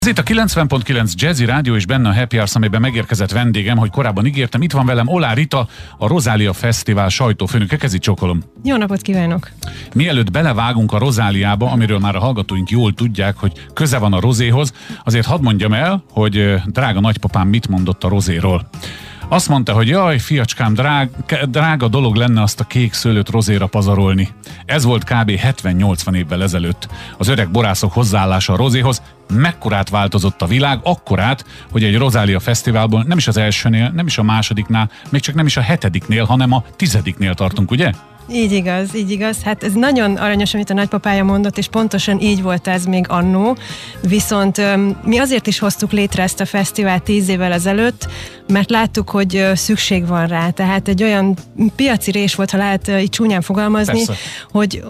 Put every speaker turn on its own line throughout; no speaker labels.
Ez itt a 90.9 Jazzy Rádió, és benne a Happy Hours, amiben megérkezett vendégem, hogy korábban ígértem. Itt van velem Oláh Rita, a Rozália Fesztivál sajtófőnöke. Kezit csókolom.
Jó napot kívánok!
Mielőtt belevágunk a Rozáliába, amiről már a hallgatóink jól tudják, hogy köze van a rozéhoz, azért hadd mondjam el, hogy drága nagypapám mit mondott a rozéról. Azt mondta, hogy jaj, fiacskám, drága dolog lenne azt a kék szőlőt rozéra pazarolni. Ez volt kb. 70-80 évvel ezelőtt. Az öreg borászok hozzáállása a rozéhoz. Mekkorát változott a világ, akkorát, hogy egy Rozália Fesztiválból nem is az elsőnél, nem is a másodiknál, még csak nem is a 7-nél, hanem a 10-nél tartunk, ugye?
Így igaz. Hát ez nagyon aranyos, amit a nagypapája mondott, és pontosan így volt ez még annó. Viszont mi azért is hoztuk létre ezt a fesztivált 10 évvel ezelőtt, mert láttuk, hogy szükség van rá. Tehát egy olyan piaci rés volt, ha lehet így csúnyán fogalmazni, hogy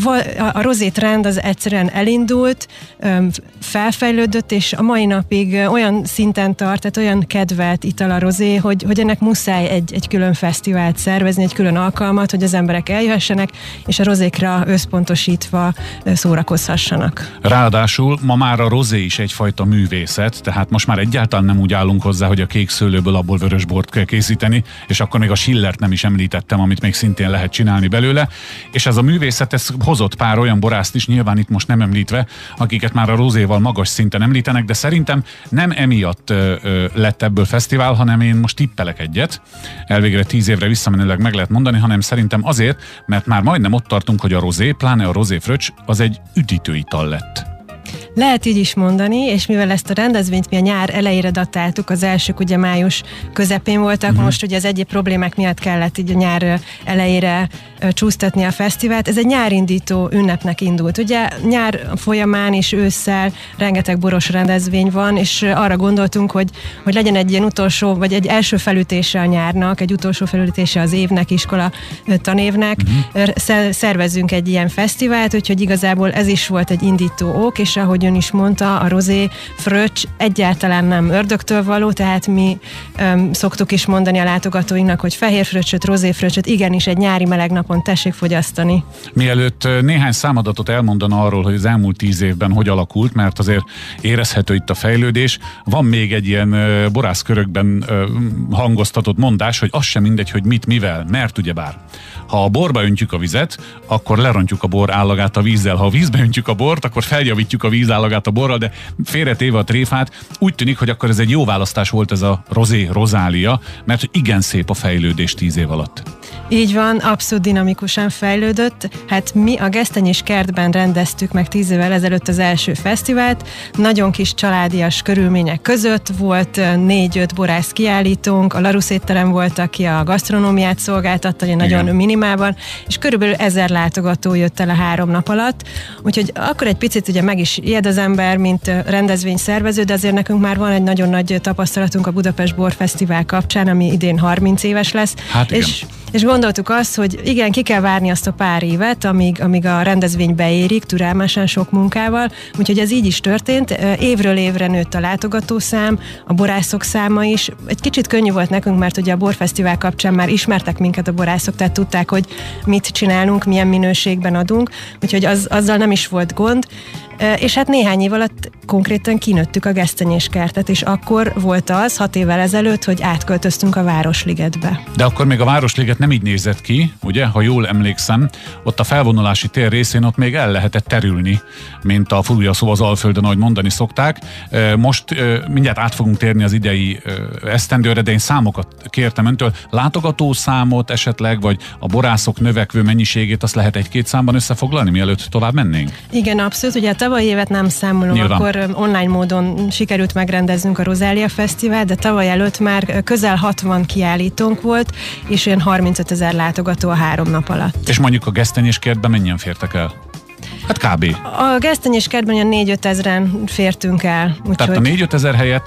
a rozé trend az egyszerűen elindult, felfejlődött, és a mai napig olyan szinten tart, tehát olyan kedvelt ital a rozé, hogy ennek muszáj egy külön fesztivált szervezni, egy külön alkalmat, hogy az emberek eljöhessenek, és a rozékra összpontosítva szórakozhassanak.
Ráadásul ma már a rozé is egyfajta művészet, tehát most már egyáltalán nem úgy állunk hozzá, hogy a kék szőlőből abból vörös bort kell készíteni, és akkor még a Schillert nem is említettem, amit még szintén lehet csinálni belőle, és ez a művészet, ez hozott pár olyan borászt is, nyilván itt most nem említve, akiket már a rozéval magas szinten említenek, de szerintem nem emiatt lett ebből fesztivál, hanem én most tippelek egyet, elvégre 10 évre visszamenőleg meg lehet mondani, hanem szerintem azért, mert már majdnem ott tartunk, hogy a rozé, pláne a rozéfröccs, az egy üdítőital lett.
Lehet így is mondani, és mivel ezt a rendezvényt mi a nyár elejére datáltuk, az elsők ugye május közepén voltak, most ugye az egyéb problémák miatt kellett így a nyár elejére csúsztatni a fesztivált. Ez egy nyárindító ünnepnek indult. Ugye nyár folyamán és ősszel rengeteg boros rendezvény van, és arra gondoltunk, hogy legyen egy ilyen utolsó, vagy egy első felütése a nyárnak, egy utolsó felütése az évnek, iskola tanévnek. Szervezzünk egy ilyen fesztivált, úgyhogy igazából ez is volt egy indító ok, és ahogy ön is mondta, a rozé fröccs egyáltalán nem ördögtől való, tehát mi szoktuk is mondani a látogatóinknak, hogy fehér fröccsöt, rozé fröccsöt igenis egy nyári meleg napon tessék fogyasztani. Mielőtt
néhány számadatot elmondana arról, hogy az elmúlt 10 évben hogy alakult, mert azért érezhető itt a fejlődés, van még egy ilyen borászkörökben hangoztatott mondás, hogy az sem mindegy, hogy mit mivel, mert ugyebár ha a borba öntjük a vizet, akkor lerontjuk a bor állagát a vízzel. Ha a vízbe öntjük a bort, akkor feljavítjuk a vízállagát a borral, de félretéve a tréfát, úgy tűnik, hogy akkor ez egy jó választás volt ez a rozé Rozália, mert igen szép a fejlődés 10 év alatt.
Így van, abszolút dinamikusan fejlődött. Hát mi a Gesztenyés kertben rendeztük meg 10 évvel ezelőtt az első fesztivált. Nagyon kis családias körülmények között volt 4-5 borász kiállítónk, a Larus étterem volt, aki a gasztronómiát szolgáltatta, nagyon minimálban, és körülbelül 1000 látogató jött el a 3 nap alatt. Úgyhogy akkor egy picit ugye meg is ijed az ember, mint rendezvényszervező, de azért nekünk már van egy nagyon nagy tapasztalatunk a Budapest Borfesztivál kapcsán, ami idén 30 éves lesz.
Hát
és gondoltuk azt, hogy igen, ki kell várni azt a pár évet, amíg a rendezvény beérik, türelmesen, sok munkával, úgyhogy ez így is történt. Évről évre nőtt a látogatószám, a borászok száma is. Egy kicsit könnyű volt nekünk, mert ugye a Borfesztivál kapcsán már ismertek minket a borászok, tehát tudták, hogy mit csinálunk, milyen minőségben adunk, úgyhogy azzal nem is volt gond. És hát néhány év alatt konkrétan kinőttük a Gesztenyés kertet, és akkor volt az 6 évvel ezelőtt, hogy átköltöztünk a Városligetbe.
De akkor még a Városliget nem így nézett ki, ugye, ha jól emlékszem, ott a felvonulási tér részén ott még el lehetett terülni, mint a fújja szó az Alföldön, ahogy mondani szokták. Most mindjárt át fogunk térni az idei esztendőre, de én számokat kértem öntől. Látogatószámot esetleg, vagy a borászok növekvő mennyiségét, azt lehet 1-2 számban összefoglalni, mielőtt tovább mennénk?
Igen, abszolút. Ugye a tavalyi évet nem számolom,
nyilván.
Akkor online módon sikerült megrendeznünk a Rozália Fesztivál, de tavaly előtt már közel 60 kiállítónk volt, és olyan 35 000 látogató a 3 nap alatt.
És mondjuk a Gesztenyés kertben mennyien fértek el? Hát kb.
A Gesztenyés kertben olyan 4-5 ezren fértünk el.
Tehát a 4-5 ezer helyett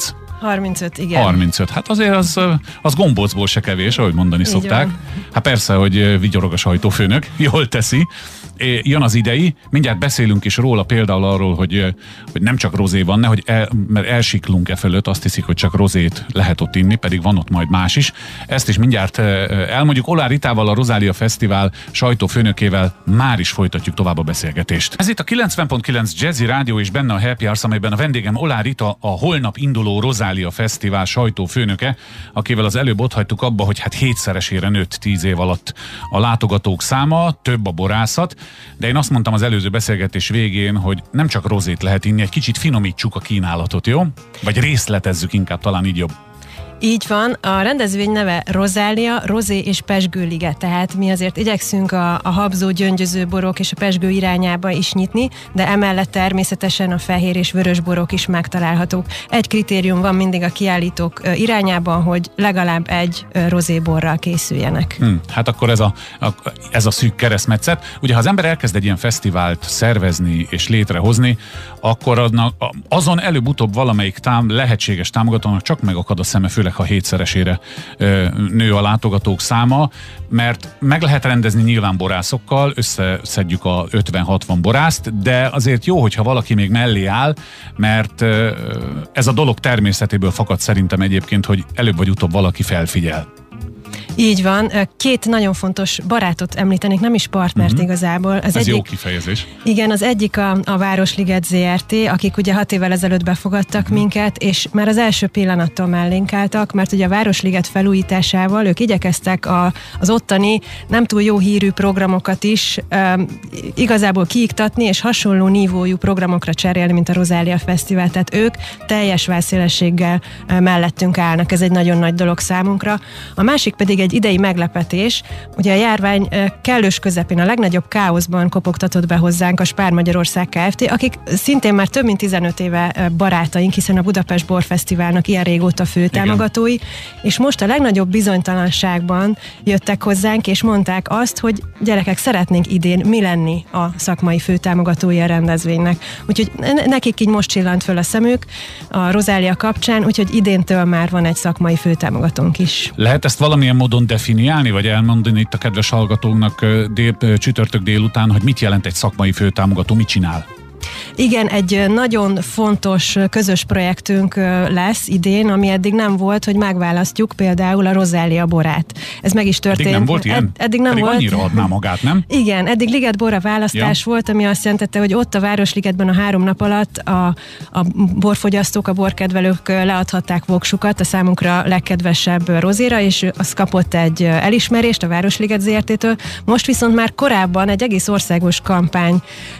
35, igen.
35. Hát azért az gombócból se kevés, ahogy mondani szokták.
Van.
Hát persze, hogy vigyorog a sajtófőnök, jól teszi. jön az idei, mindjárt beszélünk is róla, például arról, hogy nem csak rozé van, nehogy mert elsiklunk fölött, azt hiszik, hogy csak rozét lehet ott inni, pedig van ott majd más is. Ezt is mindjárt elmondjuk. Oláh Ritával, a Rozália Fesztivál sajtófőnökével már is folytatjuk tovább a beszélgetést. Ez itt a 90.9 Jazzy Rádió és benne a Happy Hours, amelyben a vendégem Oláh Rita, a holnap induló Rozália Fesztivál sajtófőnöke, akivel az előbb ott hagytuk abba, hogy hát 7-szeresére nőtt 10 év alatt a látogatók száma, több a borászat, de én azt mondtam az előző beszélgetés végén, hogy nem csak rozét lehet inni, egy kicsit finomítsuk a kínálatot, jó? Vagy részletezzük inkább, talán így jobb.
Így van, a rendezvény neve Rozália, rozé és pezsgőliget, tehát mi azért igyekszünk a habzó, gyöngyöző borok és a pezsgő irányába is nyitni, de emellett természetesen a fehér és vörös borok is megtalálhatók. Egy kritérium van mindig a kiállítók irányában, hogy legalább egy rozéborral készüljenek.
Hát akkor ez a szűk keresztmetszet. Ugye, ha az ember elkezd egy ilyen fesztivált szervezni és létrehozni, akkor azon előbb-utóbb valamelyik lehetséges támogatónak csak megakad a szeme, főleg ha 7-szeresére nő a látogatók száma, mert meg lehet rendezni nyilván borászokkal, összeszedjük a 50-60 borászt, de azért jó, hogyha valaki még mellé áll, mert ez a dolog természetéből fakad szerintem egyébként, hogy előbb vagy utóbb valaki felfigyel.
Így van. 2 nagyon fontos barátot említenék, nem is partnert igazából.
Ez jó kifejezés.
Igen, az egyik a Városliget ZRT, akik ugye 6 évvel ezelőtt befogadtak minket, és már az első pillanattól mellénk álltak, mert ugye a Városliget felújításával ők igyekeztek az ottani nem túl jó hírű programokat is igazából kiiktatni, és hasonló nívójú programokra cserélni, mint a Rozália Fesztivál. Tehát ők teljes válszélességgel mellettünk állnak. Ez egy nagyon nagy dolog számunkra. A másik pedig egy idei meglepetés. Ugye a járvány kellős közepén a legnagyobb káoszban kopogtatott be hozzánk a Spár Magyarország Kft., akik szintén már több mint 15 éve barátaink, hiszen a Budapest Borfesztiválnak ilyen régóta fő támogatói, és most a legnagyobb bizonytalanságban jöttek hozzánk, és mondták azt, hogy gyerekek, szeretnénk idén mi lenni a szakmai főtámogatói a rendezvénynek. Úgyhogy nekik így most csillant föl a szemük a Rozália kapcsán, úgyhogy idéntől már van egy szakmai főtámogatónk is.
Lehet ezt valamilyen módon definiálni, vagy elmondani itt a kedves hallgatóknak csütörtök délután, hogy mit jelent egy szakmai főtámogató, mit csinál?
Igen, egy nagyon fontos közös projektünk lesz idén, ami eddig nem volt, hogy megválasztjuk például a Rozália borát. Ez meg is történt.
Eddig nem volt ilyen?
Eddig nem
pedig
volt.
Annyira adná magát, nem?
Igen, eddig ligetborra választás volt, ami azt jelentette, hogy ott a Városligetben a 3 nap alatt a borfogyasztók, a borkedvelők leadhatták voksukat a számunkra legkedvesebb rozéra, és az kapott egy elismerést a Városliget ZRT-től. Most viszont már korábban egy egész országos kampány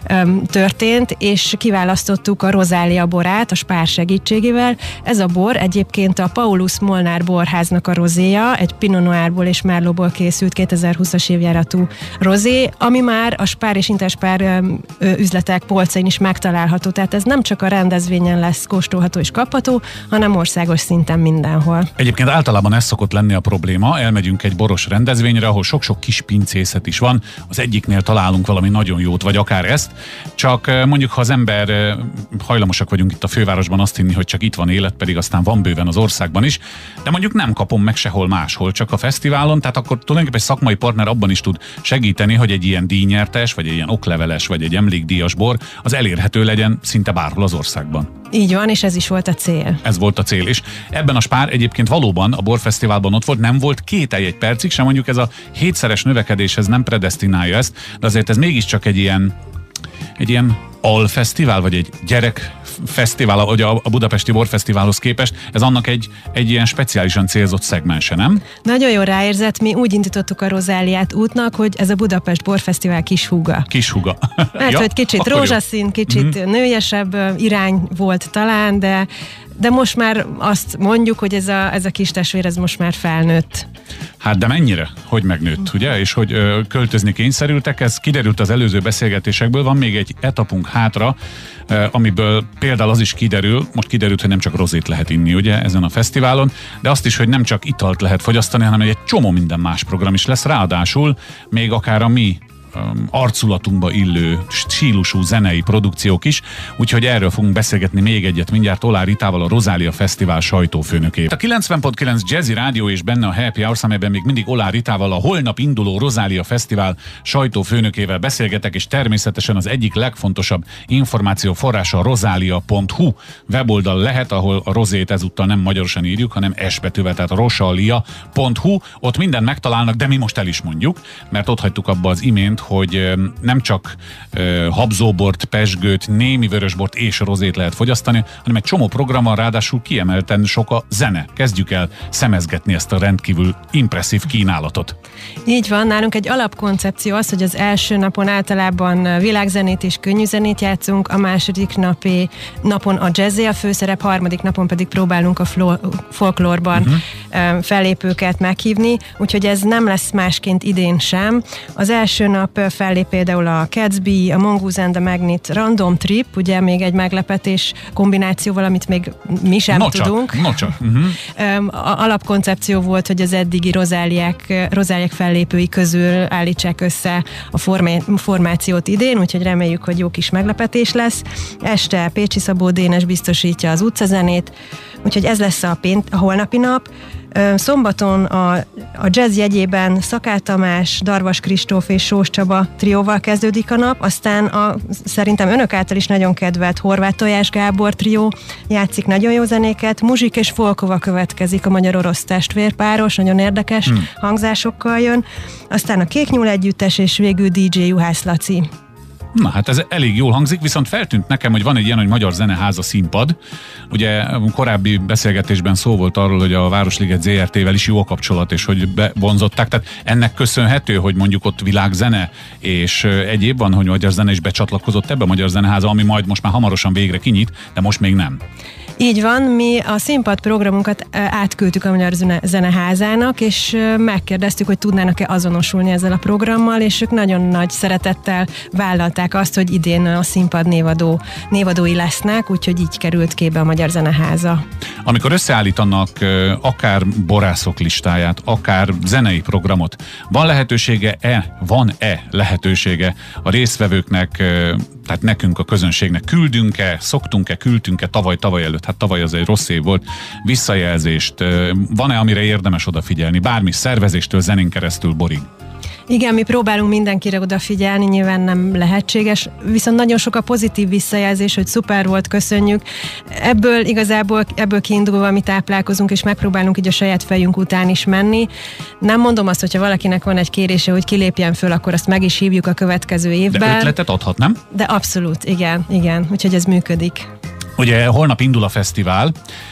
történt, és kiválasztottuk a Rozália borát a Spár segítségével. Ez a bor egyébként a Paulus Molnár borháznak a rozéja, egy Pinot Noirból és Merlotból készült 2020-as évjáratú rozé, ami már a Spár és Interspár üzletek polcain is megtalálható. Tehát ez nem csak a rendezvényen lesz kóstolható és kapható, hanem országos szinten mindenhol.
Egyébként általában ez szokott lenni a probléma. Elmegyünk egy boros rendezvényre, ahol sok-sok kis pincészet is van. Az egyiknél találunk valami nagyon jót, vagy akár ezt. Csak mondjuk, ha az ember hajlamosak vagyunk itt a fővárosban azt hinni, hogy csak itt van élet, pedig aztán van bőven az országban is, de mondjuk nem kapom meg sehol máshol, csak a fesztiválon, tehát akkor tulajdonképpen egy szakmai partner abban is tud segíteni, hogy egy ilyen díjnyertes, vagy egy ilyen okleveles, vagy egy emlékdíjas bor, az elérhető legyen szinte bárhol az országban.
Így van, és ez is volt a cél.
Ez volt a cél, és ebben a Spár egyébként valóban a borfesztiválban ott volt, nem volt kételj egy percig sem, mondjuk ez a 7-szeres növekedéshez nem predesztinálja ezt, de azért ez mégiscsak egy ilyen alfesztivál, vagy egy gyerekfesztivál, ahogy a Budapesti Borfesztiválhoz képest, ez annak egy ilyen speciálisan célzott szegmense, nem?
Nagyon jól ráérzett, mi úgy indítottuk a Rozáliát útnak, hogy ez a Budapest Borfesztivál kishúga.
Kishúga.
Mert hogy kicsit rózsaszín, kicsit nőiesebb irány volt talán, de most már azt mondjuk, hogy ez a kis testvér, ez most már felnőtt.
Hát de mennyire? Hogy megnőtt, ugye? És hogy költözni kényszerültek, ez kiderült az előző beszélgetésekből, van még egy etapunk hátra, amiből például az is kiderül, most kiderült, hogy nem csak rozét lehet inni, ugye, ezen a fesztiválon, de azt is, hogy nem csak italt lehet fogyasztani, hanem egy csomó minden más program is lesz, ráadásul még akár a mi arculatunkba illő stílusú zenei produkciók is, úgyhogy erről fogunk beszélgetni még egyet mindjárt Oláh Ritával, a Rozália Fesztivál sajtófőnökével. A 90.9 Jazzy Rádió és benne a Happy Hours, amelyben még mindig Oláh Ritával, a holnap induló Rozália Fesztivál sajtófőnökével beszélgetek, és természetesen az egyik legfontosabb információforrása a rosalia.hu weboldal lehet, ahol a rozét ezúttal nem magyarosan írjuk, hanem S betűvel, tehát a rosalia.hu, ott mindent megtalálnak, de mi most el is mondjuk, mert ott hagytuk abba az imént, hogy nem csak habzóbort, pezsgőt, némi vörösbort és rozét lehet fogyasztani, hanem egy csomó programmal, ráadásul kiemelten sok a zene. Kezdjük el szemezgetni ezt a rendkívül impresszív kínálatot.
Így van, nálunk egy alapkoncepció az, hogy az első napon általában világzenét és könnyű zenét játszunk, a második napon a jazzé a főszerep, harmadik napon pedig próbálunk a folklórban fellépőket meghívni, úgyhogy ez nem lesz másként idén sem. Az első nap fellép például a Catsby, a Mongoose and the Magnet Random Trip, ugye még egy meglepetés kombinációval, amit még mi sem tudunk. Alapkoncepció volt, hogy az eddigi rozáliák fellépői közül állítsák össze a formációt idén, úgyhogy reméljük, hogy jó kis meglepetés lesz. Este Pécsi Szabó Dénes biztosítja az utcazenét, úgyhogy ez lesz a holnapi nap. Szombaton a jazz jegyében Szakály Tamás, Darvas Kristóf és Sós Csaba trióval kezdődik a nap, aztán szerintem önök által is nagyon kedvelt Horváth Tojás Gábor trió játszik nagyon jó zenéket, Muzsik és Folkova következik, a magyar-orosz testvérpáros, nagyon érdekes hangzásokkal jön, aztán a Kék Nyúl együttes, és végül DJ Juhász Laci.
Na hát ez elég jól hangzik, viszont feltűnt nekem, hogy van egy ilyen, hogy Magyar Zeneháza színpad. Ugye korábbi beszélgetésben szó volt arról, hogy a Városliget ZRT-vel is jó a kapcsolat, és hogy bevonzották. Tehát ennek köszönhető, hogy mondjuk ott világzene és egyéb van, hogy Magyar Zene is becsatlakozott ebbe a Magyar Zeneháza, ami majd most már hamarosan végre kinyit, de most még nem.
Így van, mi a színpad programunkat átküldtük a Magyar Zeneházának, és megkérdeztük, hogy tudnának-e azonosulni ezzel a programmal, és ők nagyon nagy szeretettel vállalták azt, hogy idén a színpad névadói lesznek, úgyhogy így került képbe a Magyar Zeneháza.
Amikor összeállítanak akár borászok listáját, akár zenei programot, van-e lehetősége a résztvevőknek, tehát nekünk, a közönségnek, küldtünk-e tavaly előtt, hát tavaly az egy rossz év volt, visszajelzést, van-e, amire érdemes odafigyelni, bármi szervezéstől, zenén keresztül, Borig?
Igen, mi próbálunk mindenkire odafigyelni, nyilván nem lehetséges, viszont nagyon sok a pozitív visszajelzés, hogy szuper volt, köszönjük. Ebből kiindulva mi táplálkozunk, és megpróbálunk így a saját fejünk után is menni. Nem mondom azt, hogyha valakinek van egy kérése, hogy kilépjen föl, akkor azt meg is hívjuk a következő évben.
De ötletet adhat, nem?
De abszolút, igen, úgyhogy ez működik.
Ugye holnap indul a fesztivál,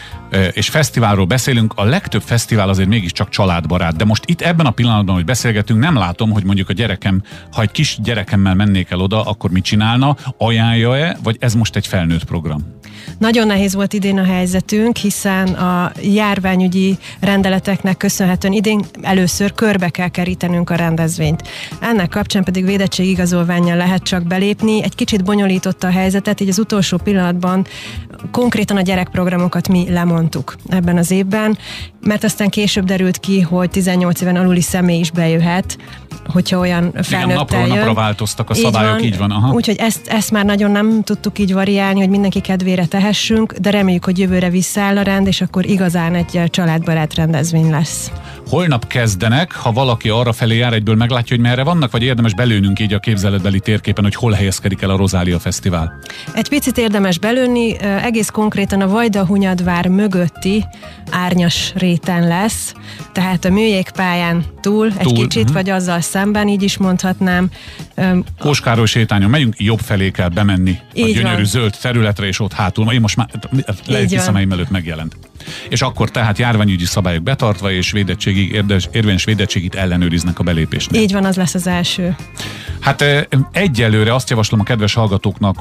és fesztiválról beszélünk, a legtöbb fesztivál azért mégiscsak családbarát, de most itt ebben a pillanatban, hogy beszélgetünk, nem látom, hogy mondjuk a gyerekem, ha egy kis gyerekemmel mennék el oda, akkor mit csinálna, ajánlja-e, vagy ez most egy felnőtt program?
Nagyon nehéz volt idén a helyzetünk, hiszen a járványügyi rendeleteknek köszönhetően idén először körbe kell kerítenünk a rendezvényt. Ennek kapcsán pedig védettségigazolvánnyal lehet csak belépni. Egy kicsit bonyolította a helyzetet, így az utolsó pillanatban konkrétan a gyerekprogramokat mi lemondtuk ebben az évben, mert aztán később derült ki, hogy 18 éven aluli személy is bejöhet, hogyha olyan felnőttel jön.
Napra változtak a szabályok, így van. Aha.
Úgyhogy ezt már nagyon nem tudtuk így variálni, hogy mindenki kedvére tehessünk, de reméljük, hogy jövőre visszaáll a rend, és akkor igazán egy családbarát rendezvény lesz.
Holnap kezdenek, ha valaki arra felé jár, egyből meglátja, hogy merre vannak, vagy érdemes belőnünk így a képzeletbeli térképen, hogy hol helyezkedik el a Rozália Fesztivál?
Egy picit érdemes belőni, egész konkrétan a Vajdahunyadvár mögötti árnyas réten lesz, tehát a műjégpályán túl egy kicsit, vagy azzal szemben, így is mondhatnám.
Kóskároly sétányon megyünk, jobb felé kell bemenni a gyönyörű zöld területre, és ott hátul, én most már lehet szemeim előtt megjelent. És akkor tehát járványügyi szabályok betartva, és érvényes védettségit ellenőriznek a belépésnél.
Így van, az lesz az első.
Hát egyelőre azt javaslom a kedves hallgatóknak,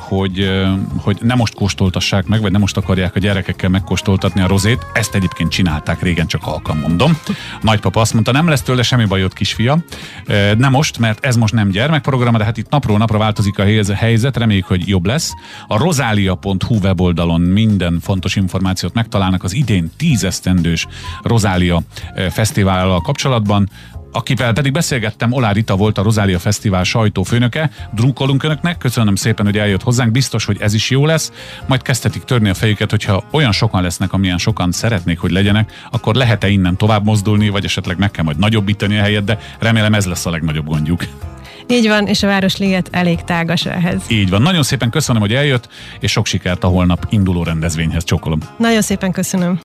hogy ne most kóstoltassák meg, vagy nem most akarják a gyerekekkel megkóstoltatni a rozét. Ezt egyébként csinálták régen, csak halkan mondom. A nagypapa azt mondta, nem lesz tőle semmi bajod, kisfia. Nem most, mert ez most nem gyermekprogram, de hát itt napról napra változik a helyzet, reméljük, hogy jobb lesz. A rosalia.hu weboldalon minden fontos információt megtalálnak az idén 10 esztendős Rozália Fesztivállal kapcsolatban. Akivel pedig beszélgettem, Oláh Rita volt a Rozália Fesztivál sajtófőnöke. Drukkolunk önöknek, köszönöm szépen, hogy eljött hozzánk, biztos, hogy ez is jó lesz. Majd kezdhetik törni a fejüket, hogyha olyan sokan lesznek, amilyen sokan szeretnék, hogy legyenek, akkor lehet-e innen tovább mozdulni, vagy esetleg meg kell majd nagyobbítani a helyet, de remélem ez lesz a legnagyobb gondjuk.
Így van, és a Városliget elég tágas ehhez.
Így van. Nagyon szépen köszönöm, hogy eljött, és sok sikert a holnap induló rendezvényhez. Csókolom.
Nagyon szépen köszönöm.